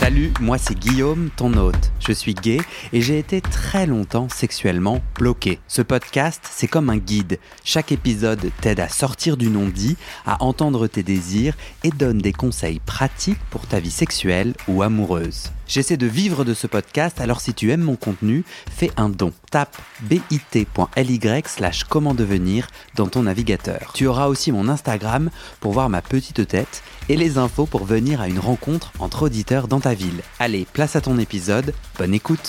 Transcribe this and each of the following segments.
Salut, moi c'est Guillaume, ton hôte. Je suis gay et j'ai été très longtemps sexuellement bloqué. Ce podcast, c'est comme un guide. Chaque épisode t'aide à sortir du non-dit, à entendre tes désirs et donne des conseils pratiques pour ta vie sexuelle ou amoureuse. J'essaie de vivre de ce podcast, alors si tu aimes mon contenu, fais un don. Tape bit.ly/comment devenir dans ton navigateur. Tu auras aussi mon Instagram pour voir ma petite tête et les infos pour venir à une rencontre entre auditeurs dans ta ville. Allez, place à ton épisode, bonne écoute.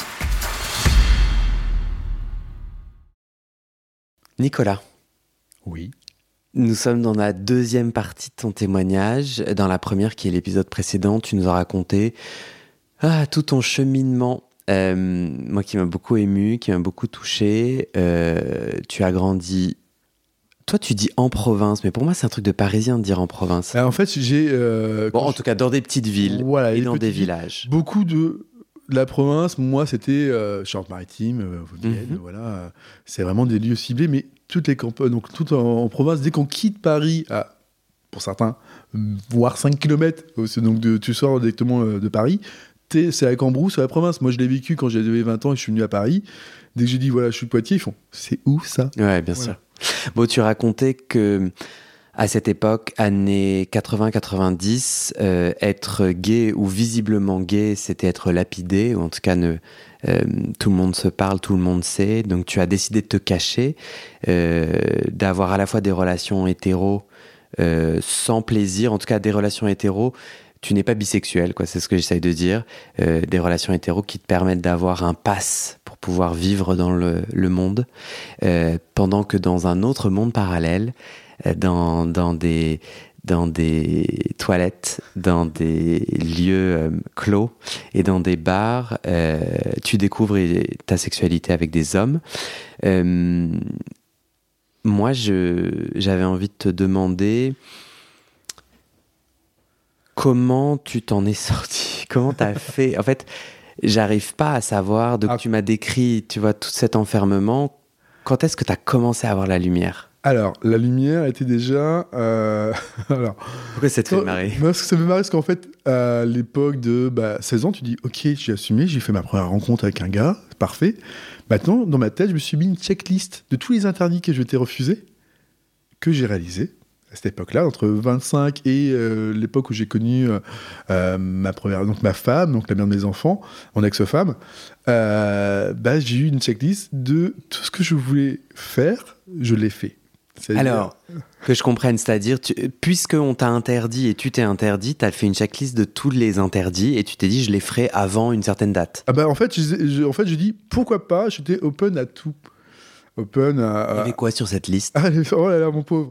Nicolas. Oui. Nous sommes dans la deuxième partie de ton témoignage. Dans la première, qui est l'épisode précédent, tu nous as raconté tout ton cheminement, moi qui m'a beaucoup ému, qui m'a beaucoup touché. Tu as grandi... Toi, tu dis en province, mais pour moi, c'est un truc de Parisien de dire en province. En fait, j'ai... en tout cas, dans des petites villes et dans des villages. Beaucoup de la province, moi, c'était Charente-Maritime, Vienne, voilà. C'est vraiment des lieux ciblés, mais toutes les campagnes, donc tout en province, dès qu'on quitte Paris, pour certains, voire 5 km, donc tu sors directement de Paris, c'est à Cambrousse, c'est la province. Moi, je l'ai vécu quand j'avais 20 ans et je suis venu à Paris. Dès que j'ai dit, voilà, je suis de Poitiers, ils font, c'est où ça ? Ouais, bien sûr. Bon, tu racontais que à cette époque, années 80-90, être gay ou visiblement gay, c'était être lapidé, ou en tout cas, tout le monde se parle, tout le monde sait. Donc, tu as décidé de te cacher, d'avoir à la fois des relations hétéros sans plaisir, en tout cas des relations hétéros. Tu n'es pas bisexuel, quoi, c'est ce que j'essaye de dire. Des relations hétéros qui te permettent d'avoir un pass pour pouvoir vivre dans le monde, pendant que dans un autre monde parallèle, dans des toilettes, dans des lieux clos et dans des bars, tu découvres ta sexualité avec des hommes. Moi, j'avais envie de te demander... Comment tu t'en es sorti ? Comment t'as fait ? En fait, j'arrive pas à savoir. Donc, tu m'as décrit, tu vois, tout cet enfermement. Quand est-ce que tu as commencé à avoir la lumière ? Alors, la lumière était déjà... Pourquoi ça te fait marrer ? Parce que ça me fait marrer, parce qu'en fait, à l'époque de 16 ans, tu dis, ok, j'ai assumé, j'ai fait ma première rencontre avec un gars, parfait. Maintenant, dans ma tête, je me suis mis une checklist de tous les interdits que je t'ai refusés, que j'ai réalisés. À cette époque-là, entre 25 et l'époque où j'ai connu ma femme, donc la mère de mes enfants, mon ex-femme, j'ai eu une checklist de tout ce que je voulais faire, je l'ai fait. Alors, que je comprenne, c'est-à-dire, puisqu'on t'a interdit et tu t'es interdit, t'as fait une checklist de tous les interdits et tu t'es dit, je les ferai avant une certaine date. En fait, j'ai dit, pourquoi pas, j'étais open à tout. Il y avait quoi sur cette liste ? Oh là là, mon pauvre.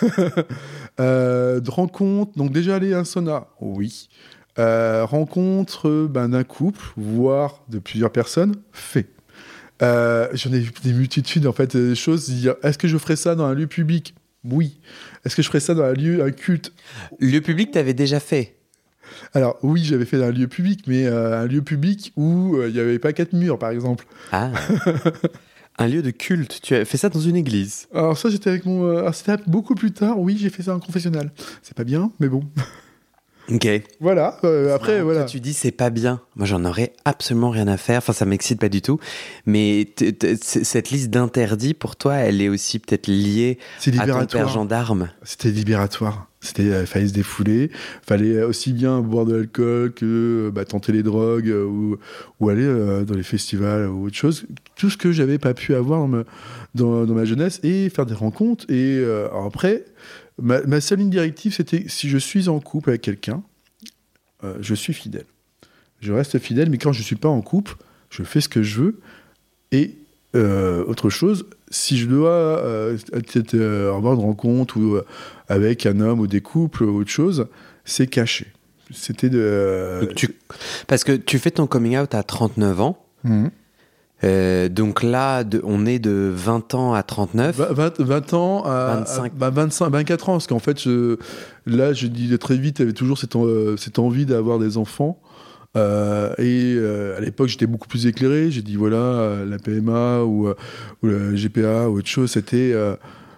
De rencontres, donc déjà aller à un sauna, oui. Rencontre d'un couple, voire de plusieurs personnes, fait. J'en ai vu des multitudes, en fait, de choses. Est-ce que je ferais ça dans un lieu public ? Oui. Est-ce que je ferais ça dans un culte ? Lieu public, t'avais déjà fait ? Alors oui, j'avais fait dans un lieu public, mais un lieu public où il n'y avait pas 4 murs, par exemple. Ah. Un lieu de culte. Tu as fait ça dans une église. Alors ça, j'étais avec c'était beaucoup plus tard. Oui, j'ai fait ça en confessionnal. C'est pas bien, mais bon. Ok. Voilà. Après, voilà. Toi, tu dis c'est pas bien. Moi, j'en aurais absolument rien à faire. Enfin, ça m'excite pas du tout. Mais cette liste d'interdits, pour toi, elle est aussi peut-être liée à ton père gendarme. C'était libératoire. Fallait se défouler. Fallait aussi bien boire de l'alcool que tenter les drogues ou aller dans les festivals ou autre chose. Tout ce que j'avais pas pu avoir dans ma jeunesse et faire des rencontres. Et après, ma seule ligne directive, c'était si je suis en couple avec quelqu'un, je suis fidèle. Je reste fidèle, mais quand je suis pas en couple, je fais ce que je veux. Et autre chose, si je dois avoir une rencontre ou avec un homme ou des couples ou autre chose, c'est caché. C'était Parce que tu fais ton coming out à 39 ans. Donc là, on est de 20 ans à 39. 20 ans à 25. 24 ans, parce qu'en fait, là, je dis très vite, j'avais toujours cette envie d'avoir des enfants. À l'époque, j'étais beaucoup plus éclairé. J'ai dit, voilà, la PMA ou la GPA ou autre chose, c'était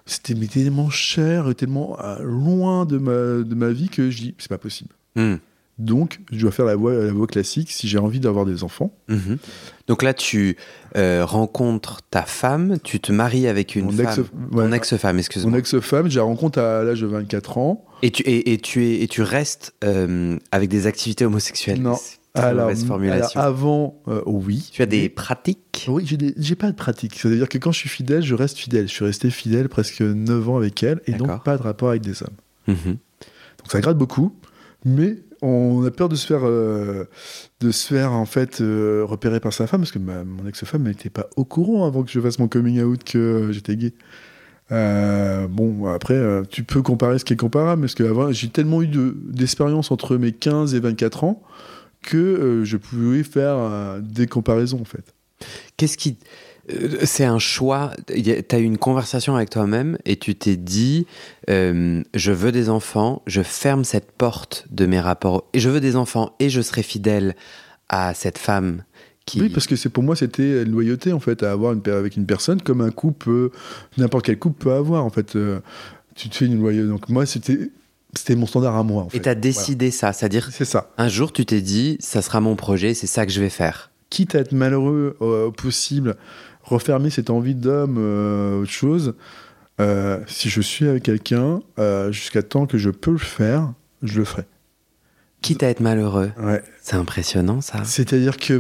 tellement cher et tellement loin de ma vie que je dis, c'est pas possible. Donc, je dois faire la voie classique si j'ai envie d'avoir des enfants. Mhm. Donc là, tu rencontres ta femme, tu te maries avec une femme. Ton ex-femme, excuse-moi. Mon ex-femme, je la rencontre à l'âge de 24 ans. Et tu restes avec des activités homosexuelles. Non. Alors, avant, oui. Tu as des pratiques? Oui, j'ai pas de pratique. C'est-à-dire que quand je suis fidèle, je reste fidèle. Je suis resté fidèle presque 9 ans avec elle, et donc pas de rapport avec des hommes. Mhm. Donc ça gratte beaucoup, mais on a peur de se faire en fait repérer par sa femme, parce que mon ex-femme n'était pas au courant avant que je fasse mon coming out que j'étais gay. Bon, après, tu peux comparer ce qui est comparable, parce que j'ai tellement eu d'expérience entre mes 15 et 24 ans que je pouvais faire des comparaisons, en fait. Qu'est-ce qui... c'est un choix. Tu as eu une conversation avec toi-même et tu t'es dit je veux des enfants, je ferme cette porte de mes rapports, et je veux des enfants et je serai fidèle à cette femme qui... Oui, parce que pour moi, c'était une loyauté, en fait, à avoir avec une personne, comme un couple, n'importe quel couple peut avoir, en fait. Tu te fais une loyauté. Donc moi, c'était mon standard à moi, en fait. Et tu as décidé ça, c'est-à-dire c'est ça. Un jour, tu t'es dit ça sera mon projet, c'est ça que je vais faire. Quitte à être malheureux au possible, refermer cette envie d'homme, autre chose, si je suis avec quelqu'un, jusqu'à temps que je peux le faire, je le ferai. Quitte à être malheureux. Ouais. C'est impressionnant, ça. C'est-à-dire que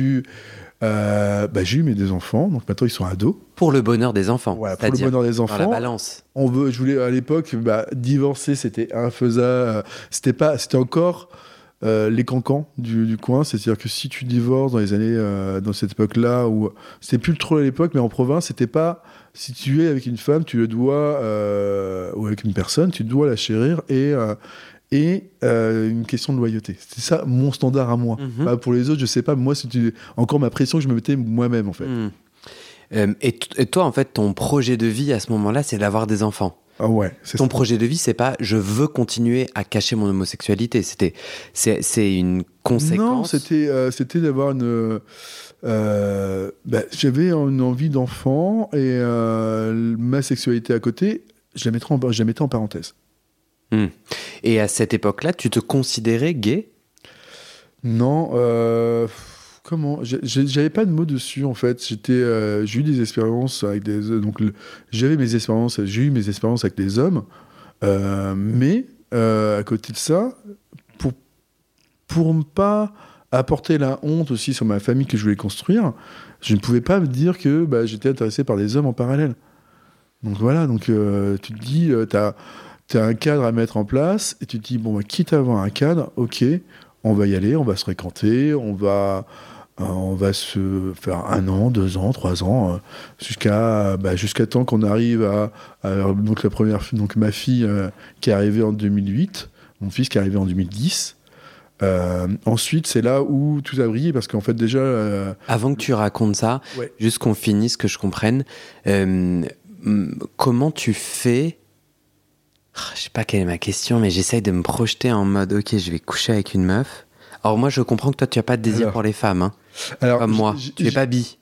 j'ai eu mes 2 enfants, donc maintenant ils sont ados. Pour le bonheur des enfants. Voilà, pour le bonheur des enfants. Dans la balance. Je voulais à l'époque, divorcer, c'était infaisable. C'était encore les cancans du coin. C'est-à-dire que si tu divorces dans les années, dans cette époque-là, où c'était plus trop à l'époque, mais en province, c'était pas. Si tu es avec une femme, tu le dois, ou avec une personne, tu dois la chérir et une question de loyauté. C'est ça mon standard à moi. Mm-hmm. Pour les autres, je sais pas. Moi, c'était encore ma pression que je me mettais moi-même, en fait. Et toi, en fait, ton projet de vie à ce moment-là, c'est d'avoir des enfants. Ah ouais. Ton projet de vie, c'est pas je veux continuer à cacher mon homosexualité. C'est une conséquence. Non, c'était d'avoir une. J'avais une envie d'enfant et ma sexualité à côté, je la mettais en parenthèse. Et à cette époque-là, tu te considérais gay ? Non, comment ? J'avais pas de mots dessus, en fait. J'ai eu des expériences avec j'ai eu mes expériences avec des hommes, mais à côté de ça, pour ne pas apporter la honte aussi sur ma famille que je voulais construire, je ne pouvais pas me dire que j'étais intéressé par des hommes en parallèle. Donc voilà, tu te dis, t'as un cadre à mettre en place, et tu te dis, quitte à avoir un cadre, ok, on va y aller, on va se fréquenter, on va se faire 1 an, 2 ans, 3 ans, jusqu'à temps qu'on arrive donc ma fille qui est arrivée en 2008, mon fils qui est arrivé en 2010. Ensuite, c'est là où tout a brillé, parce qu'en fait, déjà... Avant que tu racontes ça, ouais. Juste qu'on finisse, que je comprenne, comment tu fais... Je sais pas quelle est ma question, mais j'essaye de me projeter en mode ok, je vais coucher avec une meuf. Alors moi, je comprends que toi, tu as pas de désir pour les femmes, hein. Comme moi. Tu es pas bi.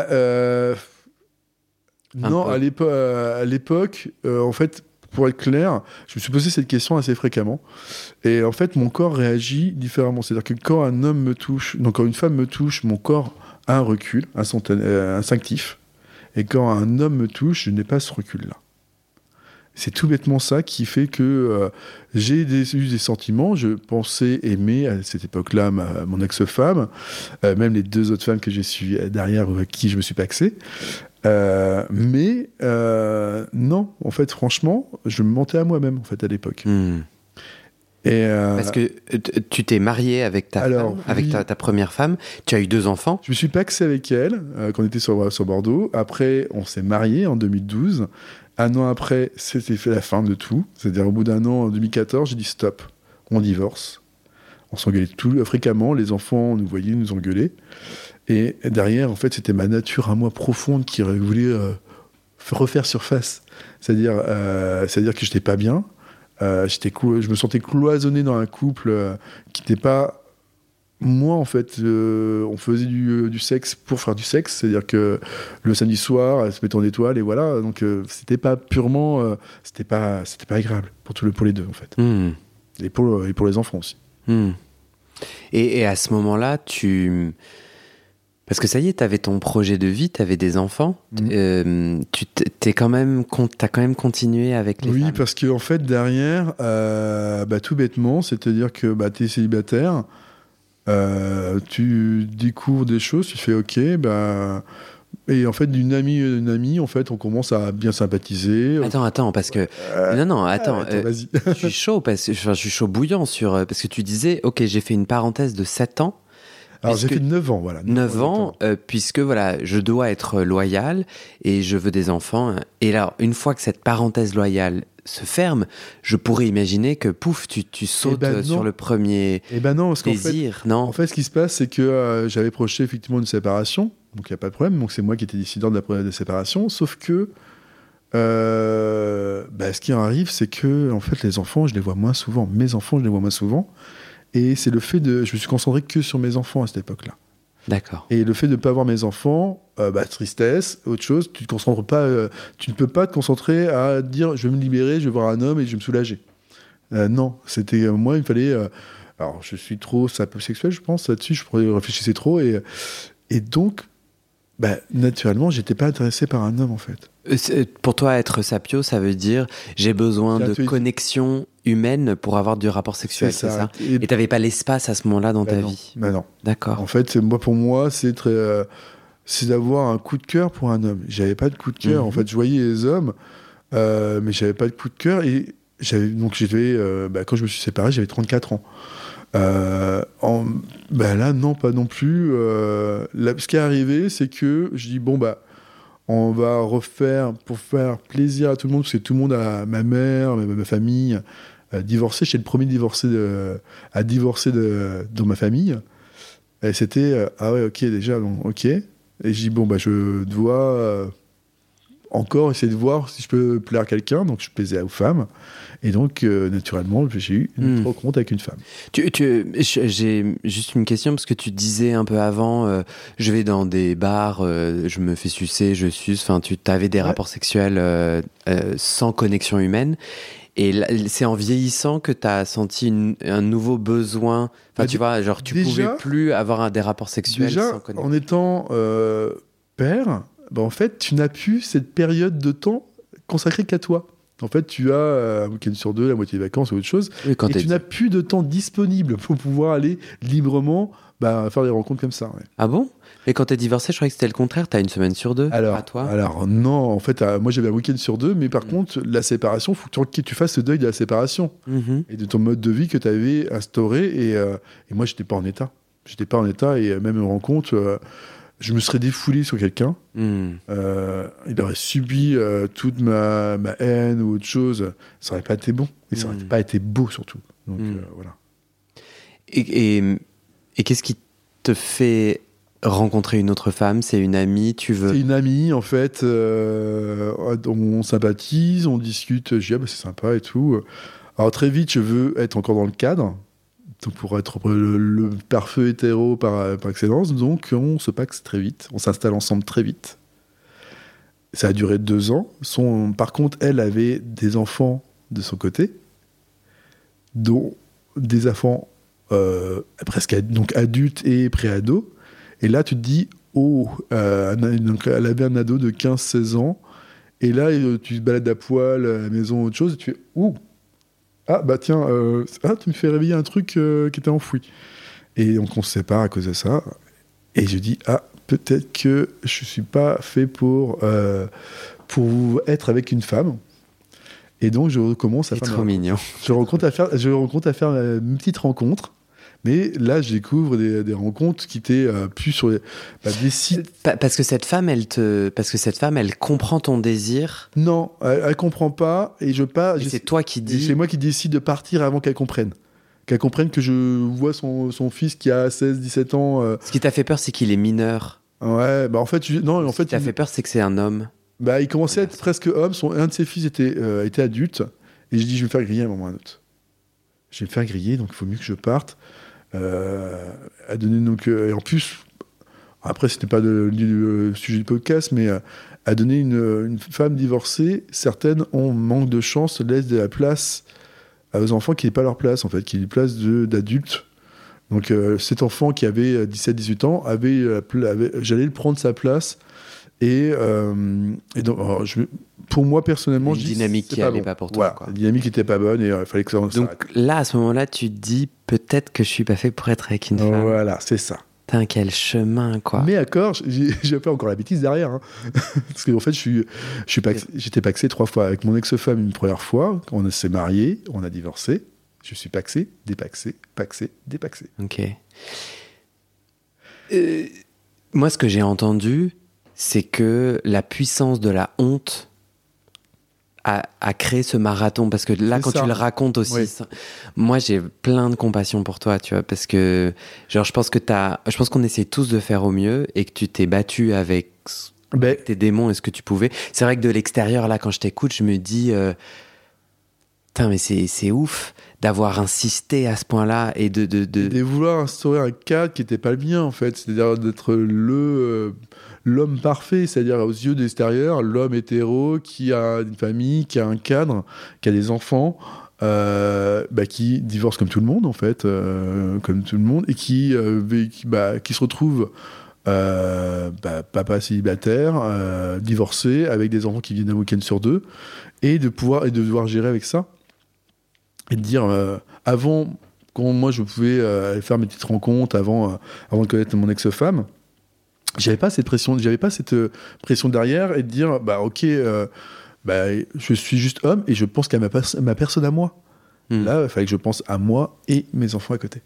Non, à l'époque, en fait, pour être clair, je me suis posé cette question assez fréquemment. Et en fait, mon corps réagit différemment. C'est-à-dire que quand un homme me touche, donc quand une femme me touche, mon corps a un recul instinctif. Et quand un homme me touche, je n'ai pas ce recul-là. C'est tout bêtement ça qui fait que j'ai eu des sentiments. Je pensais aimer à cette époque-là mon ex-femme, même les 2 autres femmes que j'ai suivies derrière, avec qui je me suis paxé. Mais non, en fait, franchement, je me mentais à moi-même, en fait, à l'époque. Parce que tu t'es marié avec ta première femme, tu as eu 2 enfants. Je me suis paxé avec elle quand on était sur Bordeaux. Après, on s'est mariés en 2012. 1 an après, c'était fait la fin de tout. C'est-à-dire, au bout d'1 an, en 2014, j'ai dit stop, on divorce. On s'engueulait fréquemment. Les enfants nous voyaient, nous engueuler. Et derrière, en fait, c'était ma nature à moi profonde qui voulait refaire surface. C'est-à-dire que j'étais pas bien. Je me sentais cloisonné dans un couple qui n'était pas... Moi, en fait, on faisait du sexe pour faire du sexe. C'est-à-dire que le samedi soir, elle se mettait en étoile, et voilà. Donc, c'était pas purement... c'était pas agréable pour les 2, en fait. Et pour les enfants aussi. Et à ce moment-là, parce que ça y est, tu avais ton projet de vie, tu avais des enfants, t'as quand même continué avec les femmes. Oui, parce qu'en fait, derrière, tout bêtement, c'est-à-dire que tu es célibataire, tu découvres des choses, tu fais OK, et en fait, d'une amie, en fait, on commence à bien sympathiser. Attends, parce que... attends, vas-y. Je suis chaud, je suis chaud bouillant parce que tu disais, OK, j'ai fait une parenthèse de 7 ans. Alors, j'ai fait 9 ans, voilà. 9 ans, puisque voilà, je dois être loyal et je veux des enfants. Et alors, une fois que cette parenthèse loyale se ferme, je pourrais imaginer que pouf, tu sautes sur le premier désir, non? En fait, ce qui se passe, c'est que j'avais projeté effectivement une séparation, donc il n'y a pas de problème, donc c'est moi qui étais décideur de la séparation, sauf que ce qui arrive, c'est que en fait, les enfants, je les vois moins souvent. Mes enfants, je les vois moins souvent. Et c'est le fait de... Je me suis concentré que sur mes enfants à cette époque-là. D'accord. Et le fait de ne pas avoir mes enfants, tristesse, autre chose, tu ne peux pas te concentrer à dire je vais me libérer, je vais voir un homme et je vais me soulager. Non, c'était moi, il me fallait... alors, je suis trop sapiosexuel, je pense, là-dessus, je réfléchissais trop. Et donc, naturellement, j'étais pas intéressé par un homme, en fait. Pour toi, être sapio, ça veut dire j'ai besoin de connexion humaine pour avoir du rapport sexuel, c'est ça? Et t'avais pas l'espace à ce moment-là dans ta vie? Non. D'accord. En fait, pour moi, c'est d'avoir un coup de cœur pour un homme. J'avais pas de coup de cœur. En fait, je voyais les hommes, mais j'avais pas de coup de cœur. Et quand je me suis séparé, j'avais 34 ans. Là, non, pas non plus. Ce qui est arrivé, c'est que je dis, on va refaire pour faire plaisir à tout le monde, parce que tout le monde a ma mère, ma famille, divorcé. J'étais le premier à divorcer dans ma famille. Et c'était, ah ouais, ok, déjà, donc, ok. Et je dis, je dois encore essayer de voir si je peux plaire à quelqu'un. Donc, je plaisais aux femmes. Et donc, naturellement, j'ai eu une rencontre avec une femme. J'ai juste une question, parce que tu disais un peu avant, je vais dans des bars, je me fais sucer, je suce. Enfin, tu avais des rapports sexuels sans connexion humaine. Et là, c'est en vieillissant que tu as senti un nouveau besoin. Enfin, tu vois, genre, tu pouvais plus avoir des rapports sexuels sans connexion. En étant père, en fait, tu n'as plus cette période de temps consacrée qu'à toi. En fait, tu as un week-end sur 2, la moitié des vacances ou autre chose, et tu n'as plus de temps disponible pour pouvoir aller librement faire des rencontres comme ça. Ouais. Ah bon? Et quand tu es divorcé, je croyais que c'était le contraire, tu as une semaine sur 2 à toi? Alors non, en fait, moi j'avais un week-end sur 2, mais par contre, la séparation, il faut que tu fasses le deuil de la séparation et de ton mode de vie que tu avais instauré. Et moi, j'étais pas en état. Et même une rencontre... je me serais défoulé sur quelqu'un, il aurait subi toute ma haine ou autre chose, ça n'aurait pas été bon, et ça n'aurait pas été beau surtout. Donc voilà. Et qu'est-ce qui te fait rencontrer une autre femme? C'est une amie, tu veux? C'est une amie, en fait, on sympathise, on discute, je dis c'est sympa et tout. Alors très vite, je veux être encore dans le cadre, pour être le parfait hétéro par excellence, donc on se paxe très vite, on s'installe ensemble très vite. Ça a duré 2 ans. Par contre, elle avait des enfants de son côté, dont des enfants presque donc adultes et pré-ados. Et là, tu te dis, donc elle avait un ado de 15-16 ans, et là, tu te balades à poil à la maison, autre chose, et tu fais, ouh, ah tiens, tu me fais réveiller un truc qui était enfoui. Et donc on se sépare à cause de ça. Et je dis, peut-être que je suis pas fait pour être avec une femme. Et donc je recommence à faire... C'est trop mignon. Je rencontre à faire une petite rencontre. Mais là, je découvre des rencontres qui étaient plus sur des sites. Parce que cette femme, elle comprend ton désir. Non, elle comprend pas. Et c'est toi qui dis. C'est moi qui décide de partir avant qu'elle comprenne. Qu'elle comprenne que je vois son fils qui a 16-17 ans. Ce qui t'a fait peur, c'est qu'il est mineur. Ouais, en fait, non, en fait. Ce qui t'a fait peur, c'est que c'est un homme. Il commençait à être presque homme. Un de ses fils était adulte. Et je dis, je vais me faire griller à un moment ou à un autre. Je vais me faire griller, donc il faut mieux que je parte. À donner donc et en plus après c'était pas le sujet du podcast, mais à donner une femme divorcée, certaines ont manque de chance, laissent de la place aux enfants qui n'est pas leur place en fait, qui est une place d'adultes Donc cet enfant qui avait 17-18 ans, j'allais le prendre sa place. Et donc, alors, pour moi, personnellement, une dynamique qui n'allait pas pour toi. Voilà, Quoi. la dynamique n'était pas bonne et il fallait que ça s'arrête. Donc là, à ce moment-là, tu te dis peut-être que je suis pas fait pour être avec une femme. Voilà, c'est ça. Putain, quel chemin, quoi. Mais d'accord, j'ai fait encore la bêtise derrière. Hein. Parce qu'en fait, j'étais paxé 3 fois. Avec mon ex-femme, une première fois, on s'est mariés, on a divorcé. Je suis paxé, dépaxé, paxé, dépaxé. Ok. Moi, ce que j'ai entendu, c'est que la puissance de la honte a créé ce marathon. Parce que là, C'est quand ça. tu le racontes aussi, Oui. moi, j'ai plein de compassion pour toi, tu vois. Parce que, genre, je pense qu'on essaie tous de faire au mieux et que tu t'es battu avec tes démons et ce que tu pouvais. C'est vrai que de l'extérieur, là, quand je t'écoute, je me dis... Putain, mais c'est ouf d'avoir insisté à ce point-là et de vouloir instaurer un cadre qui n'était pas le mien, en fait. C'est-à-dire d'être l'homme parfait, c'est-à-dire aux yeux de l'extérieur, l'homme hétéro qui a une famille, qui a un cadre, qui a des enfants, qui divorce comme tout le monde, en fait, comme tout le monde, et qui se retrouve papa célibataire, divorcé, avec des enfants qui viennent un week-end sur 2, et de devoir gérer avec ça. Et de dire, avant, quand moi je pouvais aller faire mes petites rencontres avant de connaître mon ex-femme, j'avais pas cette pression derrière et de dire, je suis juste homme et je pense qu'à ma personne à moi. Là, il fallait que je pense à moi et mes enfants à côté.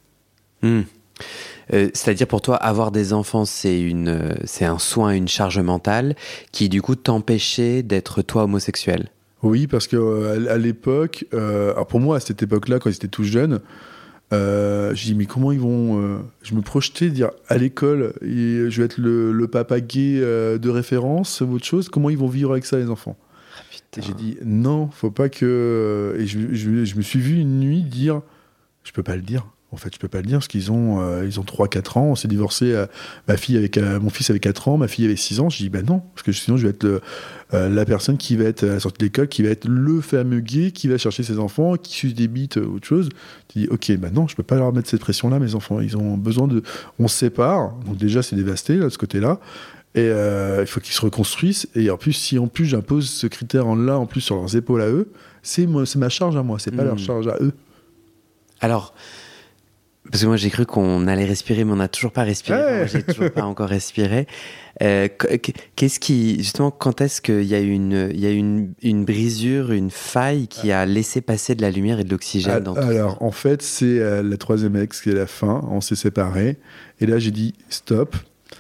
C'est-à-dire pour toi, avoir des enfants, c'est un soin, une charge mentale qui du coup t'empêchait d'être toi homosexuel. Oui, parce que à l'époque, alors pour moi à cette époque-là, quand ils étaient tout jeunes, je dis mais comment ils vont je me projetais dire à l'école, je vais être le papa gay de référence ou autre chose. Comment ils vont vivre avec ça les enfants? Et j'ai dit non, faut pas que. Et je me suis vu une nuit dire, je peux pas le dire. En fait, je peux pas le dire parce qu'ils ont 3-4 ans. On s'est divorcé. Mon fils avait 4 ans, ma fille avait 6 ans. Je dis non, parce que sinon je vais être la personne qui va être à la sortie de l'école, qui va être le fameux gay qui va chercher ses enfants, qui suce des bites ou autre chose. Tu dis ok, non, je peux pas leur mettre cette pression-là. Mes enfants, ils ont besoin de. On se sépare, donc déjà c'est dévasté là, de ce côté-là. Et il faut qu'ils se reconstruisent. Et en plus, si j'impose ce critère-là en plus sur leurs épaules à eux, c'est ma charge à moi, c'est pas leur charge à eux. Alors. Parce que moi j'ai cru qu'on allait respirer, mais on n'a toujours pas respiré. Ouais. Moi, j'ai toujours pas encore respiré. Qu'est-ce qui, justement, quand est-ce qu'il y a une brisure, une faille qui a laissé passer de la lumière et de l'oxygène dans tout ça? Alors, en fait, c'est la 3e ex qui est la fin. On s'est séparés. Et là, j'ai dit stop.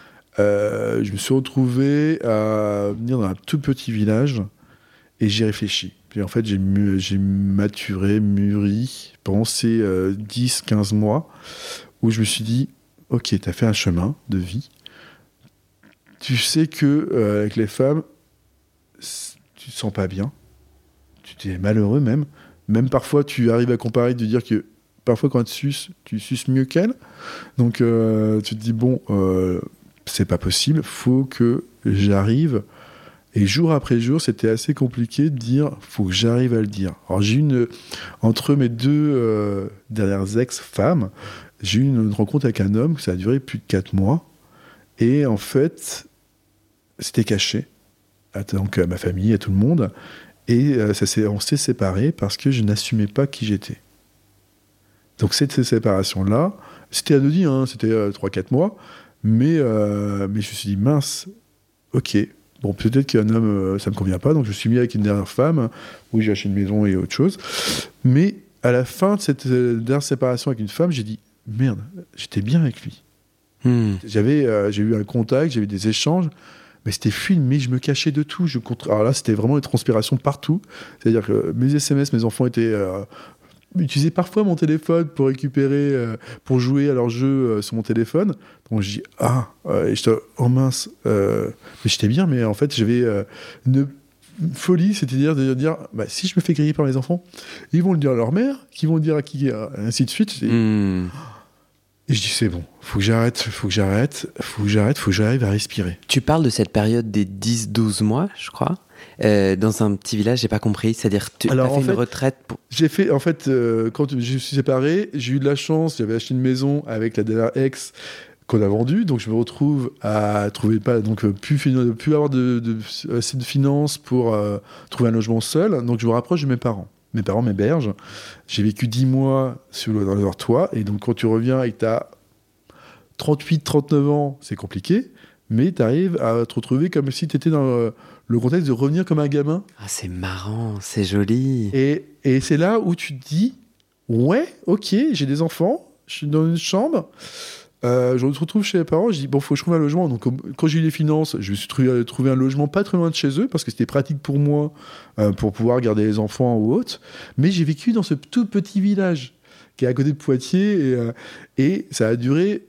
Je me suis retrouvé à venir dans un tout petit village et j'ai réfléchi. Puis en fait, j'ai maturé, mûri pendant ces 10-15 mois où je me suis dit, ok, t'as fait un chemin de vie. Tu sais que avec les femmes, tu te sens pas bien. Tu es malheureux même. Même parfois, tu arrives à comparer, de dire que parfois quand tu suces mieux qu'elle. Donc tu te dis, bon, c'est pas possible, faut que j'arrive. Et jour après jour, c'était assez compliqué de dire, faut que j'arrive à le dire. Alors entre mes 2 dernières ex-femmes, j'ai eu une rencontre avec un homme, ça a duré plus de 4 mois. Et en fait, c'était caché. Donc à ma famille, à tout le monde. Et on s'est séparés parce que je n'assumais pas qui j'étais. Donc cette séparation-là, c'était anodin, hein, c'était 3-4 mois. Mais je me suis dit, mince, ok. Bon, peut-être qu'un homme, ça me convient pas, donc je suis mis avec une dernière femme, où j'ai acheté une maison et autre chose. Mais à la fin de cette dernière séparation avec une femme, j'ai dit, merde, j'étais bien avec lui. J'ai eu un contact, j'ai eu des échanges, mais c'était fluide, mais je me cachais de tout. Alors là, c'était vraiment des transpirations partout. C'est-à-dire que mes SMS, mes enfants utilisaient parfois mon téléphone pour récupérer, pour jouer à leurs jeux sur mon téléphone. Donc je dis et j'étais mince, mais j'étais bien, mais en fait j'avais une folie, c'est-à-dire de dire si je me fais griller par mes enfants, ils vont le dire à leur mère, qui vont le dire à qui, ainsi de suite. Et je dis c'est bon, faut que j'arrive à respirer. Tu parles de cette période des 10-12 mois, je crois. dans un petit village, j'ai pas compris. C'est-à-dire, tu as fait une retraite pour... J'ai fait, en fait, quand je suis séparé, j'ai eu de la chance, j'avais acheté une maison avec la dernière ex qu'on a vendue, donc je me retrouve à trouver pas, donc plus avoir assez de finances pour trouver un logement seul, donc je me rapproche de mes parents. Mes parents m'hébergent. J'ai vécu 10 mois dans leur toit, et donc quand tu reviens et que tu as 38, 39 ans, c'est compliqué, mais tu arrives à te retrouver comme si tu étais dans le contexte de revenir comme un gamin. Ah, c'est marrant, c'est joli. Et c'est là où tu te dis, ouais, ok, j'ai des enfants, je suis dans une chambre, je me retrouve chez les parents, je dis, bon, faut que je trouve un logement. Donc, quand j'ai eu les finances, je me suis trouvé un logement pas très loin de chez eux, parce que c'était pratique pour moi, pour pouvoir garder les enfants ou autre. Mais j'ai vécu dans ce tout petit village, qui est à côté de Poitiers, et ça a duré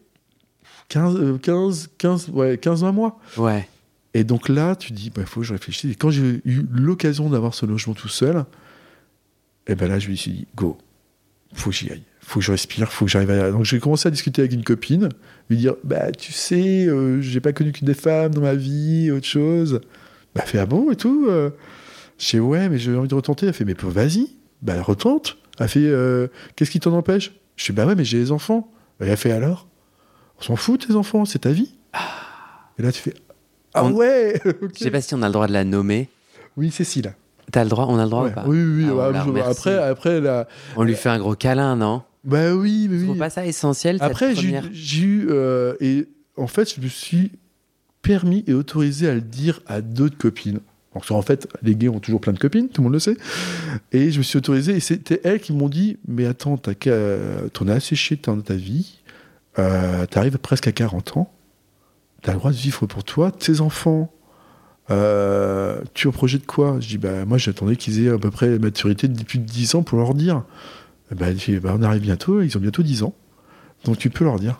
15-20 mois. Ouais. Et donc là, tu dis, faut que je réfléchisse. Et quand j'ai eu l'occasion d'avoir ce logement tout seul, et ben là, je me suis dit, go, faut que j'y aille. Faut que je respire, faut que j'arrive à... Donc j'ai commencé à discuter avec une copine, lui dire, tu sais, j'ai pas connu que des femmes dans ma vie, autre chose. Elle fait, ah bon, et tout Je dis, ouais, mais j'ai envie de retenter. Elle fait, mais vas-y, retente. Elle fait, qu'est-ce qui t'en empêche? Je dis, ouais, mais j'ai les enfants. Et elle fait, alors? On s'en fout, tes enfants, c'est ta vie. Et là, tu fais, ouais okay. Je sais pas si on a le droit de la nommer. Oui, Cécile. T'as le droit, on a le droit ouais. ou pas? Oui, après on lui fait un gros câlin, non? Bah oui, mais oui. Je trouve pas ça essentiel. Après, j'ai eu et en fait, je me suis permis et autorisé à le dire à d'autres copines. Parce qu'en fait, les gays ont toujours plein de copines, tout le monde le sait. Et je me suis autorisé, et c'était elles qui m'ont dit, mais attends, t'en as assez chier dans ta vie, t'arrives presque à 40 ans, t'as le droit de vivre pour toi, tes enfants. Tu es au projet de quoi? Je dis, moi j'attendais qu'ils aient à peu près la maturité de plus de 10 ans pour leur dire. On arrive bientôt, ils ont bientôt 10 ans. Donc tu peux leur dire.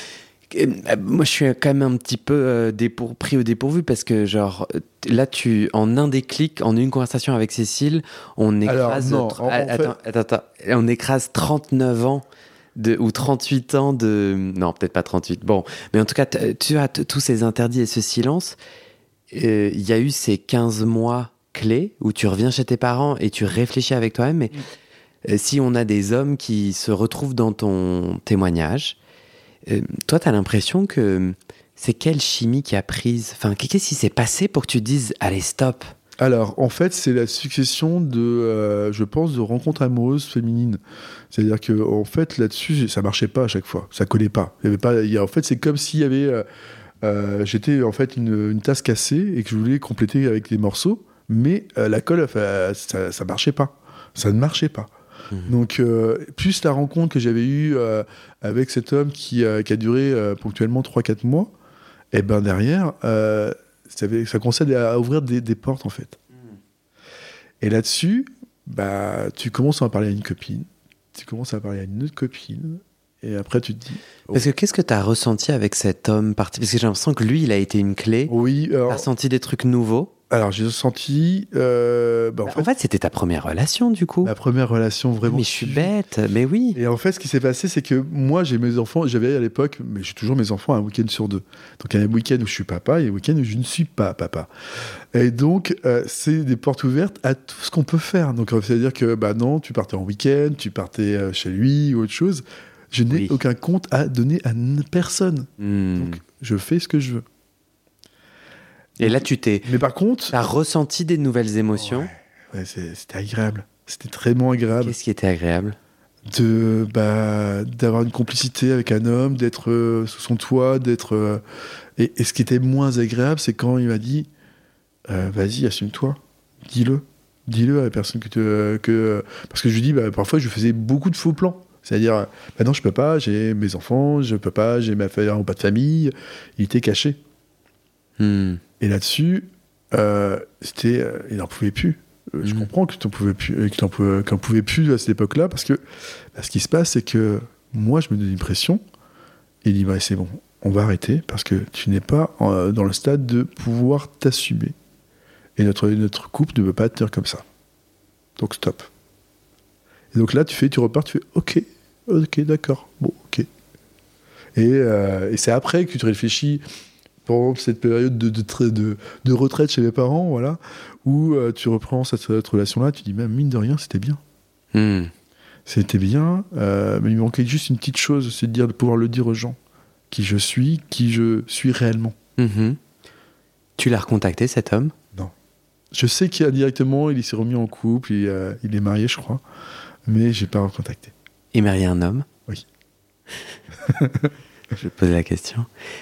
Moi je suis quand même un petit peu pris au dépourvu parce que genre là en un des clics, en une conversation avec Cécile, on écrase... on écrase 39 ans ou 38 ans de... Non, peut-être pas 38. Bon, mais en tout cas, tu as tous ces interdits et ce silence. Il y a eu ces 15 mois clés où tu reviens chez tes parents et tu réfléchis avec toi-même. Mais si on a des hommes qui se retrouvent dans ton témoignage, toi, tu as l'impression que c'est quelle chimie qui a prise? Enfin, qu'est-ce qui s'est passé pour que tu te dises « Allez, stop ». Alors, en fait, c'est la succession je pense, de rencontres amoureuses féminines. C'est-à-dire que, en fait, là-dessus, ça marchait pas à chaque fois. Ça collait pas. En fait, c'est comme s'il y avait... j'étais en fait une tasse cassée et que je voulais compléter avec des morceaux, mais la colle, ça marchait pas. Ça ne marchait pas. Donc, plus la rencontre que j'avais eue avec cet homme qui a duré ponctuellement 3-4 mois, et derrière, ça commençait à ouvrir des portes, en fait. Et là-dessus, tu commences à en parler à une copine, tu commences à parler à une autre copine, et après, tu te dis... Parce que qu'est-ce que tu as ressenti avec cet homme parti? Parce que j'ai l'impression que lui, il a été une clé. Oui. Tu as ressenti des trucs nouveaux? Alors, j'ai ressenti... en fait, c'était ta première relation, du coup. Ma première relation, vraiment. Mais je suis bête, mais oui. Et en fait, ce qui s'est passé, c'est que moi, j'ai mes enfants... J'avais à l'époque, mais j'ai toujours mes enfants un week-end sur 2. Donc, il y a un week-end où je suis papa et un week-end où je ne suis pas papa. Et donc, c'est des portes ouvertes à tout ce qu'on peut faire. Donc, c'est-à-dire que, non, tu partais en week-end, tu partais chez lui ou autre chose... Je n'ai aucun compte à donner à personne. Donc, je fais ce que je veux. Et là, Mais par contre... Tu as ressenti des nouvelles émotions? Ouais, c'était agréable. C'était très agréable. Qu'est-ce qui était agréable? D'avoir une complicité avec un homme, d'être sous son toit, d'être... Et ce qui était moins agréable, c'est quand il m'a dit vas-y, assume-toi. Dis-le. Dis-le à la personne parce que je lui dis, parfois, je faisais beaucoup de faux plans. C'est-à-dire, non, je peux pas, j'ai mes enfants, je peux pas, j'ai ma famille, pas de famille. Il était caché. Et là-dessus, il n'en pouvait plus. Je comprends que t'en pouvais plus, qu'on pouvait plus à cette époque-là, parce que ce qui se passe, c'est que moi, je me donne une pression. Et il dit, c'est bon, on va arrêter, parce que tu n'es pas dans le stade de pouvoir t'assumer. Et notre couple ne peut pas tenir comme ça. Donc, stop. Et donc là, tu repars, tu fais ok, d'accord, bon, ok. Et c'est après que tu te réfléchis pendant cette période de retraite chez mes parents, voilà, où tu reprends cette relation-là, tu dis, même mine de rien, c'était bien. C'était bien, mais il me manquait juste une petite chose, c'est de pouvoir le dire aux gens. Qui je suis réellement. Tu l'as recontacté, cet homme ? Non. Je sais qu'indirectement, il s'est remis en couple, il est marié, je crois, mais j'ai pas recontacté. Il mariait un homme ? Oui. Je vais poser la question.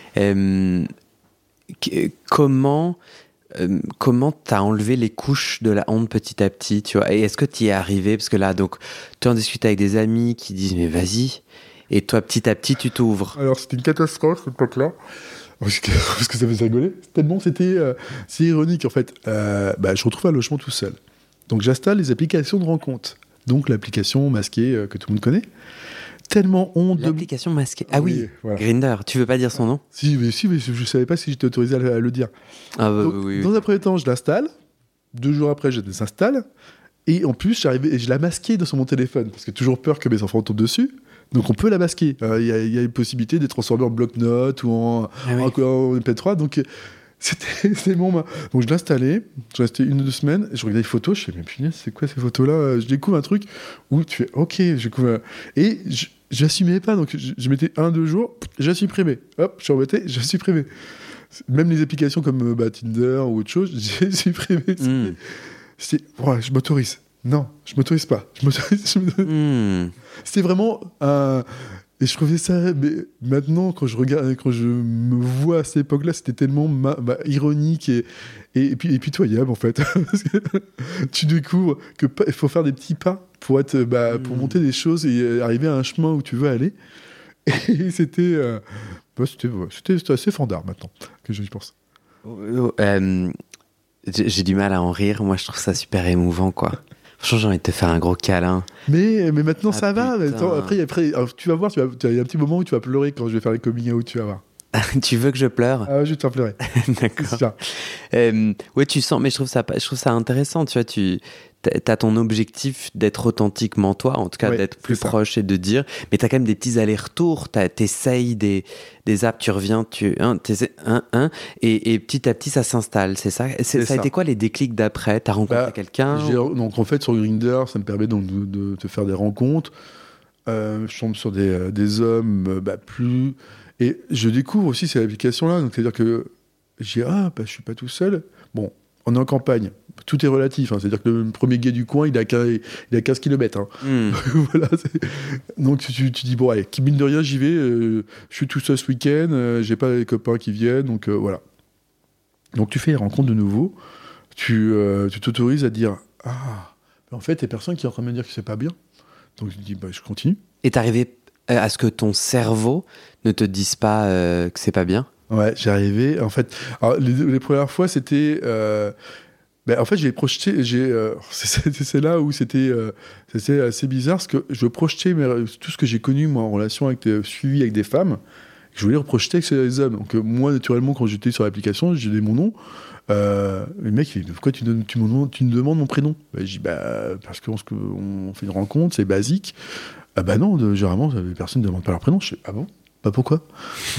Comment t'as enlevé les couches de la honte petit à petit, tu vois ? Et est-ce que t'y es arrivé ? Parce que là, donc, tu en discutes avec des amis qui disent « mais vas-y ». Et toi, petit à petit, tu t'ouvres. Alors, c'était une catastrophe, cette époque-là. Parce que ça me faisait rigoler. Tellement c'est ironique, en fait. Je retrouve un logement tout seul. Donc, j'installe les applications de rencontre. Donc, l'application masquée que tout le monde connaît. Tellement honte. L'application masquée. Ah oui, voilà. Grindr. Tu veux pas dire son nom ? Si, mais je savais pas si j'étais autorisé à le dire. Ah bah, donc, oui. Dans un premier temps, je l'installe. 2 jours après, je désinstalle. Et en plus, j'arrivais et je la masquais sur mon téléphone. Parce que toujours peur que mes enfants tombent dessus. Donc on peut la masquer. Il y a une possibilité d'être transformé en bloc-notes ou en MP3. Donc c'était mon main. Donc je l'installais. Je restais 1 ou 2 semaines. Je regardais les photos. Je fais mais punaise, c'est quoi ces photos-là ? Je découvre un truc où tu fais ok. Et j'assumais pas. Donc je mettais 1-2 jours. J'ai supprimé. Hop, je remettais. J'ai supprimé. Même les applications comme Tinder ou autre chose, j'ai supprimé. Je m'autorise. Non, je m'autorise pas. C'était vraiment et je trouvais ça. Mais maintenant, quand je me vois à cette époque-là, c'était tellement ironique et puis pitoyable en fait. Parce que tu découvres que il faut faire des petits pas pour pour monter des choses et arriver à un chemin où tu veux aller. Et c'était assez fandard maintenant que je pense. J'ai du mal à en rire. Moi, je trouve ça super émouvant, quoi. Franchement, j'ai envie de te faire un gros câlin. Mais maintenant, ça va. Après, alors, tu vas voir, il y a un petit moment où tu vas pleurer quand je vais faire les coming out, tu vas voir. Tu veux que je pleure ? Ah, je vais te faire pleurer. D'accord. Ouais, tu sens, mais je trouve ça intéressant, tu vois, t'as ton objectif d'être authentiquement toi, en tout cas d'être plus proche et de dire, mais t'as quand même des petits allers-retours, t'essayes des apps, tu reviens, et petit à petit ça s'installe, c'est ça ? Ça a été quoi les déclics d'après ? T'as rencontré quelqu'un ? Donc en fait sur Grindr, ça me permet donc de te faire des rencontres, je tombe sur des hommes plus... Et je découvre aussi cette application-là, donc c'est-à-dire que je suis pas tout seul. Bon, on est en campagne, tout est relatif, hein, c'est-à-dire que le premier gay du coin, il a 15 km. Hein. Voilà, donc tu dis, bon, allez, mine de rien, j'y vais, je suis tout seul ce week-end, j'ai pas les copains qui viennent, donc voilà. Donc tu fais les rencontres de nouveau, tu t'autorises à dire, en fait, il y a personne qui est en train de me dire que c'est pas bien. Donc je dis, je continue. Et t'arrivais à ce que ton cerveau ne te dise pas que c'est pas bien ? Ouais, j'y arrivais. En fait, alors, les premières fois, c'était... en fait, j'ai projeté... c'est là où c'était assez bizarre, parce que je projetais tout ce que j'ai connu, moi, en relation suivi avec des femmes, je voulais reprojeter avec les hommes. Donc moi, naturellement, quand j'étais sur l'application, j'ai donné mon nom. Le mec, il dit, pourquoi tu me demandes mon prénom ? Je dis, parce qu'on fait une rencontre, c'est basique. Non, généralement, personne ne demande pas leur prénom. Je dis, ah bon ? Pourquoi ?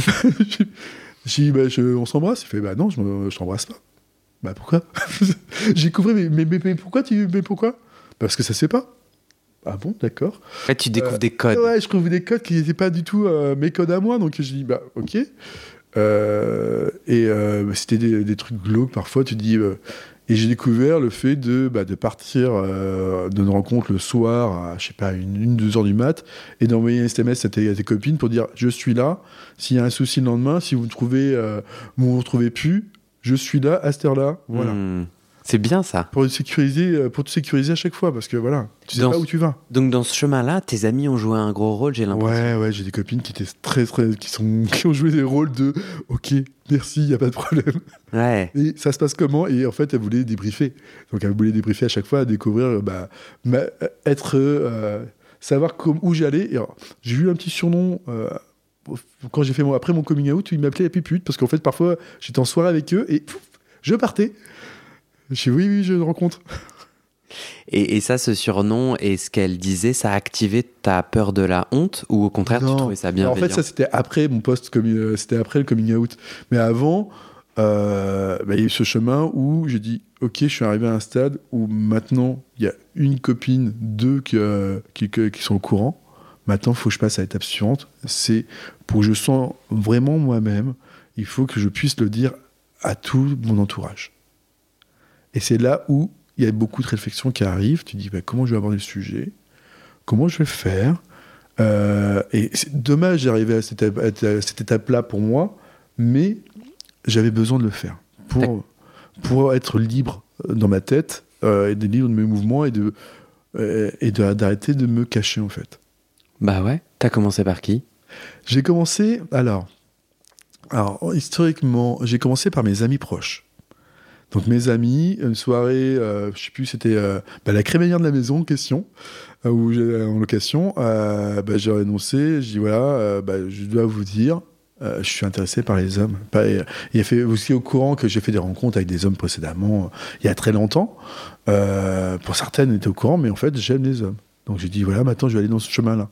Je dis, on s'embrasse. Il fait, non, je t'embrasse pas. Pourquoi ? J'ai compris, mais pourquoi pourquoi ? Parce que ça se fait pas. Ah bon, d'accord. En fait, tu découvres des codes. Ouais, je découvre des codes qui n'étaient pas du tout mes codes à moi. Donc je dis, ok. C'était des trucs glauques parfois. Tu dis... et j'ai découvert le fait de partir d'une rencontre le soir à, je sais pas, 1-2 heures du mat, et d'envoyer un SMS à tes copines pour dire, je suis là, s'il y a un souci le lendemain, si vous vous retrouvez plus, je suis là, à cette heure-là, voilà. C'est bien ça. Pour te sécuriser à chaque fois, parce que voilà, tu sais pas où tu vas. Donc dans ce chemin-là, tes amis ont joué un gros rôle, j'ai l'impression. Ouais, j'ai des copines qui étaient qui ont joué des rôles de ok, merci, y a pas de problème. Ouais. Et ça se passe comment ? Et en fait, elles voulaient débriefer. Donc elles voulaient débriefer à chaque fois, découvrir, savoir où j'allais. Et alors, j'ai eu un petit surnom. Quand j'ai fait après mon coming out, ils m'appelaient la pupute, parce qu'en fait, parfois, j'étais en soirée avec eux et je partais. Je dis oui, je le rencontre. Et ça, ce surnom et ce qu'elle disait, ça a activé ta peur de la honte ou au contraire, tu trouvais ça bienveillant? En fait, ça, c'était après mon c'était après le coming out. Mais avant, il y a eu ce chemin où j'ai dit, ok, je suis arrivé à un stade où maintenant, il y a une copine, deux qui sont au courant. Maintenant, il faut que je passe à l'étape suivante. C'est pour que je sente vraiment moi-même, il faut que je puisse le dire à tout mon entourage. Et c'est là où il y a beaucoup de réflexions qui arrivent. Tu dis, comment je vais aborder le sujet? Comment je vais faire? Et c'est dommage d'arriver à cette étape-là pour moi, mais j'avais besoin de le faire pour être libre dans ma tête, et d'être libre de mes mouvements et d'arrêter de me cacher, en fait. Bah ouais. T'as commencé par qui? J'ai commencé, alors, historiquement, j'ai commencé par mes amis proches. Donc mes amis, une soirée, je sais plus, c'était la crémaillère de la maison en question, où en location, j'ai annoncé, je dis voilà, je dois vous dire, je suis intéressé par les hommes. Il a fait aussi au courant que j'ai fait des rencontres avec des hommes précédemment, il y a très longtemps. Pour certaines, étaient au courant, mais en fait, j'aime les hommes. Donc j'ai dit voilà, maintenant je vais aller dans ce chemin-là.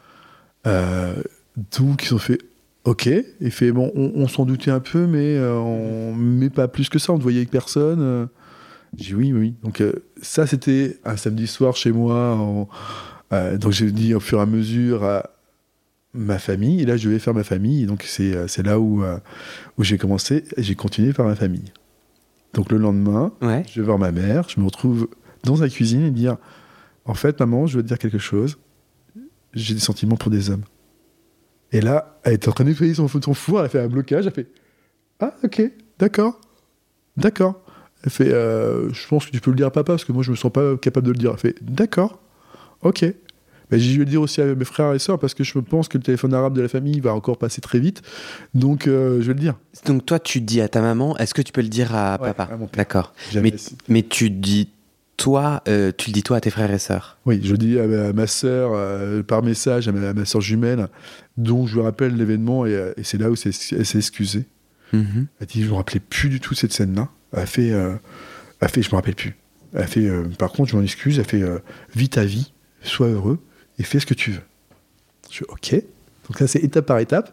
Donc ils ont fait ok, il fait bon, on s'en doutait un peu, mais pas plus que ça, on ne voyait avec personne. J'ai dit oui. Donc ça, c'était un samedi soir chez moi. Donc j'ai dit au fur et à mesure à ma famille, et là je vais faire ma famille. Et donc c'est là où j'ai commencé, et j'ai continué par ma famille. Donc le lendemain, je vais voir ma mère, je me retrouve dans la cuisine et dire en fait maman, je veux te dire quelque chose, j'ai des sentiments pour des hommes. Et là, elle était en train de nettoyer son four, elle a fait un blocage, elle fait ah, ok, d'accord. Elle fait je pense que tu peux le dire à papa, parce que moi je me sens pas capable de le dire. Elle fait d'accord, ok. Mais je vais le dire aussi à mes frères et sœurs, parce que je pense que le téléphone arabe de la famille va encore passer très vite, donc je vais le dire. Donc toi, tu dis à ta maman, est-ce que tu peux le dire à papa? À mon père. D'accord. Mais tu dis tu le dis toi à tes frères et sœurs? Oui, je dis à ma sœur, par message, à ma sœur jumelle, dont je lui rappelle l'événement, et c'est là où elle s'est excusée. Mm-hmm. Elle dit, je ne me rappelais plus du tout cette scène-là. Elle fait, je me rappelle plus. Elle fait, par contre, je m'en excuse, elle fait, vis ta vie, sois heureux, et fais ce que tu veux. Je fais, ok. Donc là, c'est étape par étape.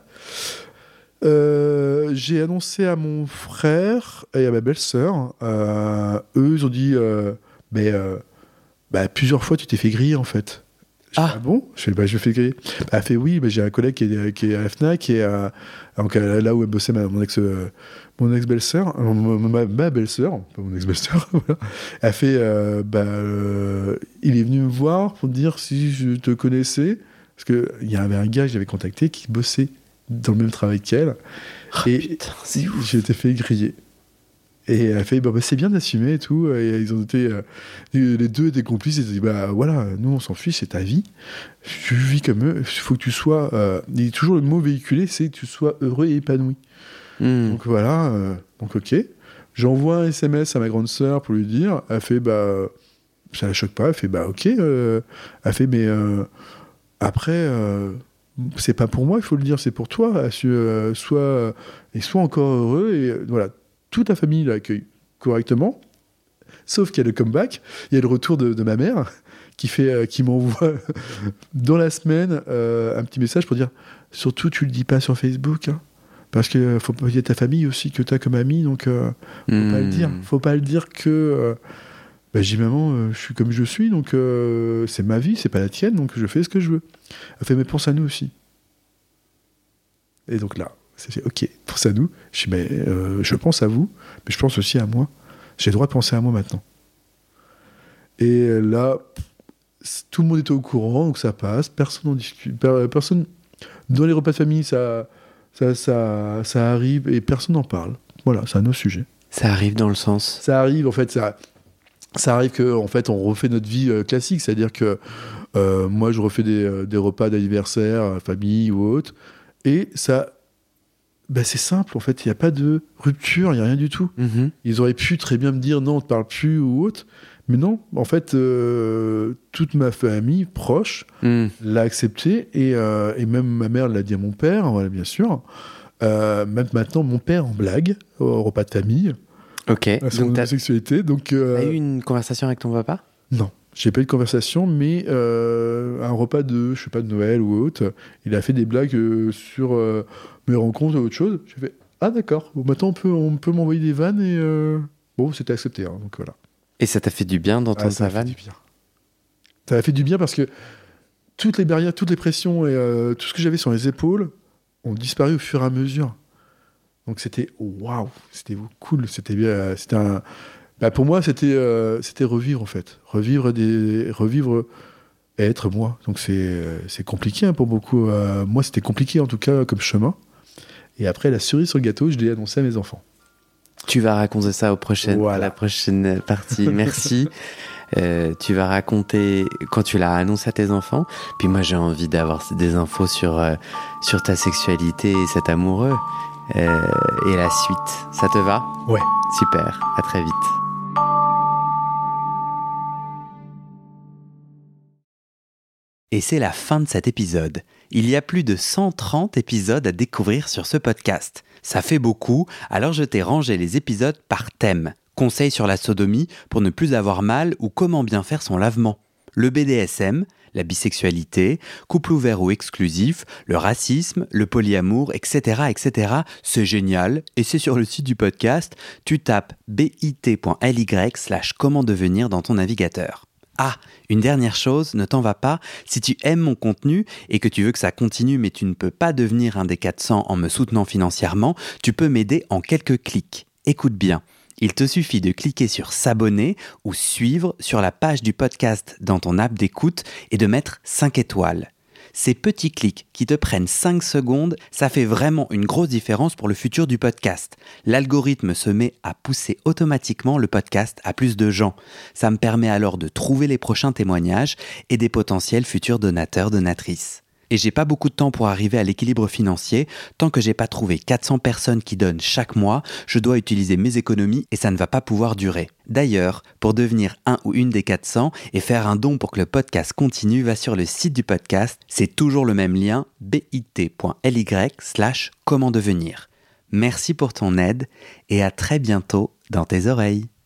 J'ai annoncé à mon frère et à ma belle-sœur. Eux, ils ont dit... plusieurs fois tu t'es fait griller en fait. Ah bon? Je fais fais griller. Elle fait oui, j'ai un collègue qui est à la FNAC, donc là où elle bossait mon ex-belle-sœur, ma belle-sœur, pas mon ex-belle-sœur, voilà. Elle fait il est venu me voir pour me dire si je te connaissais, parce qu'il y avait un gars que j'avais contacté qui bossait dans le même travail qu'elle, et putain, j'ai été fait griller. Et elle fait, c'est bien d'assumer et tout. Et ils ont été, les deux étaient complices. Ils ont dit, voilà, nous on s'en fiche, c'est ta vie. Tu vis comme eux. Il faut que tu sois. Il y a toujours le mot véhiculé, c'est que tu sois heureux et épanoui. Donc voilà, donc ok. J'envoie un SMS à ma grande sœur pour lui dire. Elle fait, ça la choque pas. Elle fait, ok. Elle fait, mais après, c'est pas pour moi, il faut le dire, c'est pour toi. Sois encore heureux. Et voilà. Toute la famille l'accueille correctement, sauf qu'il y a le comeback, il y a le retour de ma mère qui m'envoie dans la semaine un petit message pour dire surtout tu le dis pas sur Facebook, hein, parce que faut pas dire ta famille aussi que t'as comme amie, donc faut pas le dire. Faut pas le dire que je dis maman, je suis comme je suis, donc c'est ma vie, c'est pas la tienne, donc je fais ce que je veux. Elle fait mais pense à nous aussi. Et donc là. C'est ok, pense à nous. Je dis, je pense à vous, mais je pense aussi à moi. J'ai le droit de penser à moi maintenant. Et là, tout le monde était au courant, donc ça passe. Personne n'en discute. Personne dans les repas de famille, ça arrive et personne n'en parle. Voilà, c'est un autre sujet. Ça arrive dans le sens. Ça arrive, en fait, ça arrive que, en fait, on refait notre vie classique, c'est-à-dire que moi, je refais des repas d'anniversaire, famille ou autre, et ça. C'est simple, en fait, il n'y a pas de rupture, il n'y a rien du tout. Mm-hmm. Ils auraient pu très bien me dire non, on ne te parle plus ou autre, mais non, en fait, toute ma famille proche l'a accepté, et même ma mère l'a dit à mon père, voilà, bien sûr. Même maintenant, mon père en blague au repas de famille. Ok. À son homosexualité. Donc, t'as eu une conversation avec ton papa? Non, j'ai pas eu de conversation, mais un repas de, je sais pas, de Noël ou autre, il a fait des blagues sur mes rencontres ou autre chose. J'ai fait, ah d'accord, bon, maintenant on peut m'envoyer des vannes et bon, c'était accepté, hein, donc voilà. Et ça t'a fait du bien d'entendre sa vanne? Ça m'a fait du bien. Ça m'a fait du bien parce que toutes les barrières, toutes les pressions et tout ce que j'avais sur les épaules ont disparu au fur et à mesure. Donc c'était waouh, c'était cool, c'était bien, c'était un. Bah pour moi, c'était revivre en fait, revivre et être moi. Donc c'est compliqué hein, pour beaucoup. Moi, c'était compliqué en tout cas comme chemin. Et après, la cerise sur le gâteau, je l'ai annoncé à mes enfants. Tu vas raconter ça à la prochaine partie. Merci. Tu vas raconter quand tu l'as annoncé à tes enfants. Puis moi, j'ai envie d'avoir des infos sur ta sexualité et cet amoureux. Et la suite. Ça te va? Ouais. Super. À très vite. Et c'est la fin de cet épisode. Il y a plus de 130 épisodes à découvrir sur ce podcast. Ça fait beaucoup, alors je t'ai rangé les épisodes par thème. Conseils sur la sodomie pour ne plus avoir mal ou comment bien faire son lavement. Le BDSM, la bisexualité, couple ouvert ou exclusif, le racisme, le polyamour, etc. etc. C'est génial et c'est sur le site du podcast. Tu tapes bit.ly/comment devenir dans ton navigateur. Ah, une dernière chose, ne t'en va pas, si tu aimes mon contenu et que tu veux que ça continue mais tu ne peux pas devenir un des 400 en me soutenant financièrement, tu peux m'aider en quelques clics. Écoute bien, il te suffit de cliquer sur s'abonner ou suivre sur la page du podcast dans ton app d'écoute et de mettre 5 étoiles. Ces petits clics qui te prennent 5 secondes, ça fait vraiment une grosse différence pour le futur du podcast. L'algorithme se met à pousser automatiquement le podcast à plus de gens. Ça me permet alors de trouver les prochains témoignages et des potentiels futurs donateurs, donatrices. Et j'ai pas beaucoup de temps pour arriver à l'équilibre financier. Tant que j'ai pas trouvé 400 personnes qui donnent chaque mois, je dois utiliser mes économies et ça ne va pas pouvoir durer. D'ailleurs, pour devenir un ou une des 400 et faire un don pour que le podcast continue, va sur le site du podcast. C'est toujours le même lien, bit.ly/comment devenir. Merci pour ton aide et à très bientôt dans tes oreilles.